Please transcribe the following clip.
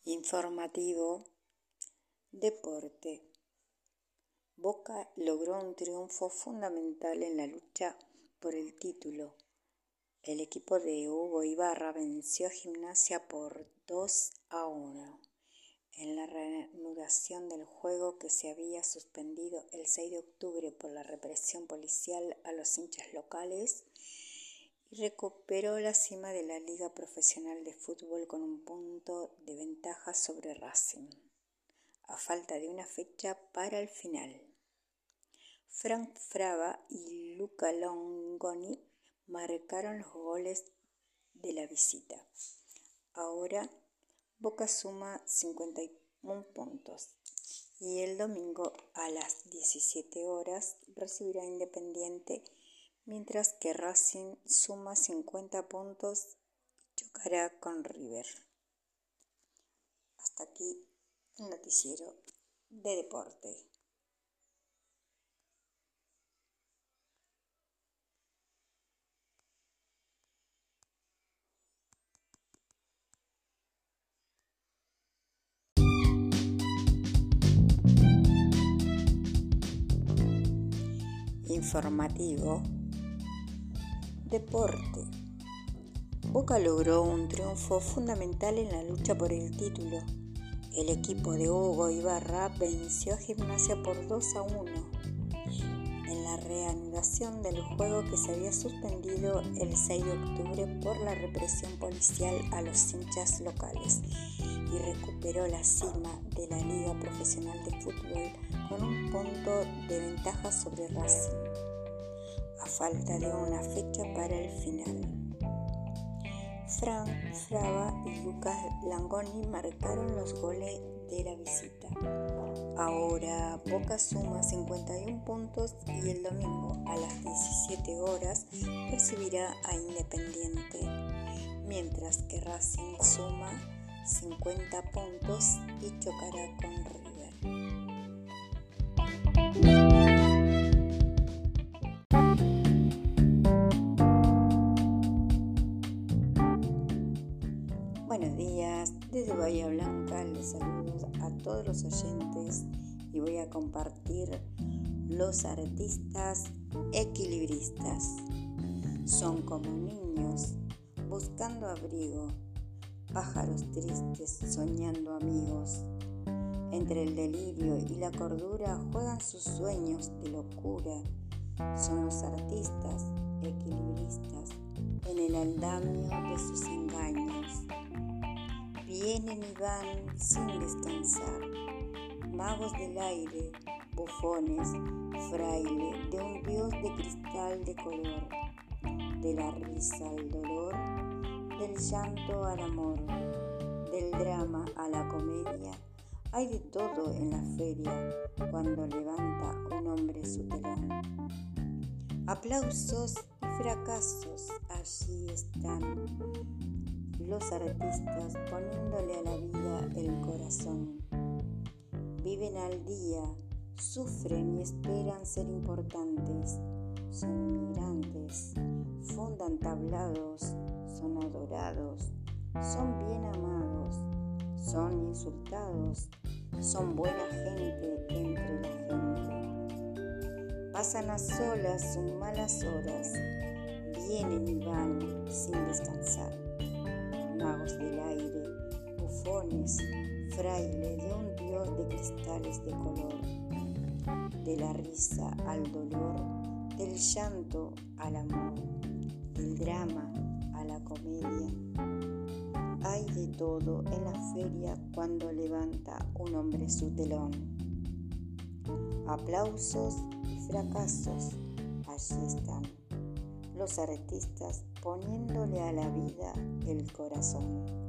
Informativo, deporte. Boca logró un triunfo fundamental en la lucha por el título. El equipo de Hugo Ibarra venció a Gimnasia por 2-1 en la reanudación del juego que se había suspendido el 6 de octubre por la represión policial a los hinchas locales, y recuperó la cima de la Liga Profesional de Fútbol con un punto de ventaja sobre Racing, a falta de una fecha para el final. Frank Fraba y Luca Langoni marcaron los goles de la visita. Ahora Boca suma 51 puntos y el domingo a las 17 horas recibirá Independiente, mientras que Racing suma 50 puntos y chocará con River. Hasta aquí el noticiero de deporte. Informativo, deporte. Boca logró un triunfo fundamental en la lucha por el título. El equipo de Hugo Ibarra venció a Gimnasia por 2-1 en la reanudación del juego que se había suspendido el 6 de octubre por la represión policial a los hinchas locales, y recuperó la cima de la Liga Profesional de Fútbol con un punto de ventaja sobre Racing, a falta de una fecha para el final. Frank Fraba y Lucas Langoni marcaron los goles de la visita. Ahora Boca suma 51 puntos y el domingo a las 17 horas recibirá a Independiente, mientras que Racing suma 50 puntos y chocará con River. Buenos días, desde Bahía Blanca les saludo a todos los oyentes y voy a compartir los artistas equilibristas. Son como niños buscando abrigo, pájaros tristes soñando amigos. Entre el delirio y la cordura juegan sus sueños de locura. Son los artistas equilibristas en el andamio de sus engaños. Vienen y van sin descansar, magos del aire, bufones, fraile de un dios de cristal de color, de la risa al dolor, del llanto al amor, del drama a la comedia. Hay de todo en la feria cuando levanta un hombre su telón. Aplausos y fracasos, allí están los artistas poniéndole a la vida el corazón. Viven al día, sufren y esperan ser importantes. Son inmigrantes, fundan tablados, son adorados, son bien amados, son insultados, son buena gente entre la gente. Pasan a solas sus malas horas, vienen y van sin descansar. Magos del aire, bufones, fraile de un dios de cristales de color, de la risa al dolor, del llanto al amor, del drama a la comedia. Hay de todo en la feria cuando levanta un hombre su telón. Aplausos y fracasos, allí están los artistas poniéndole a la vida el corazón.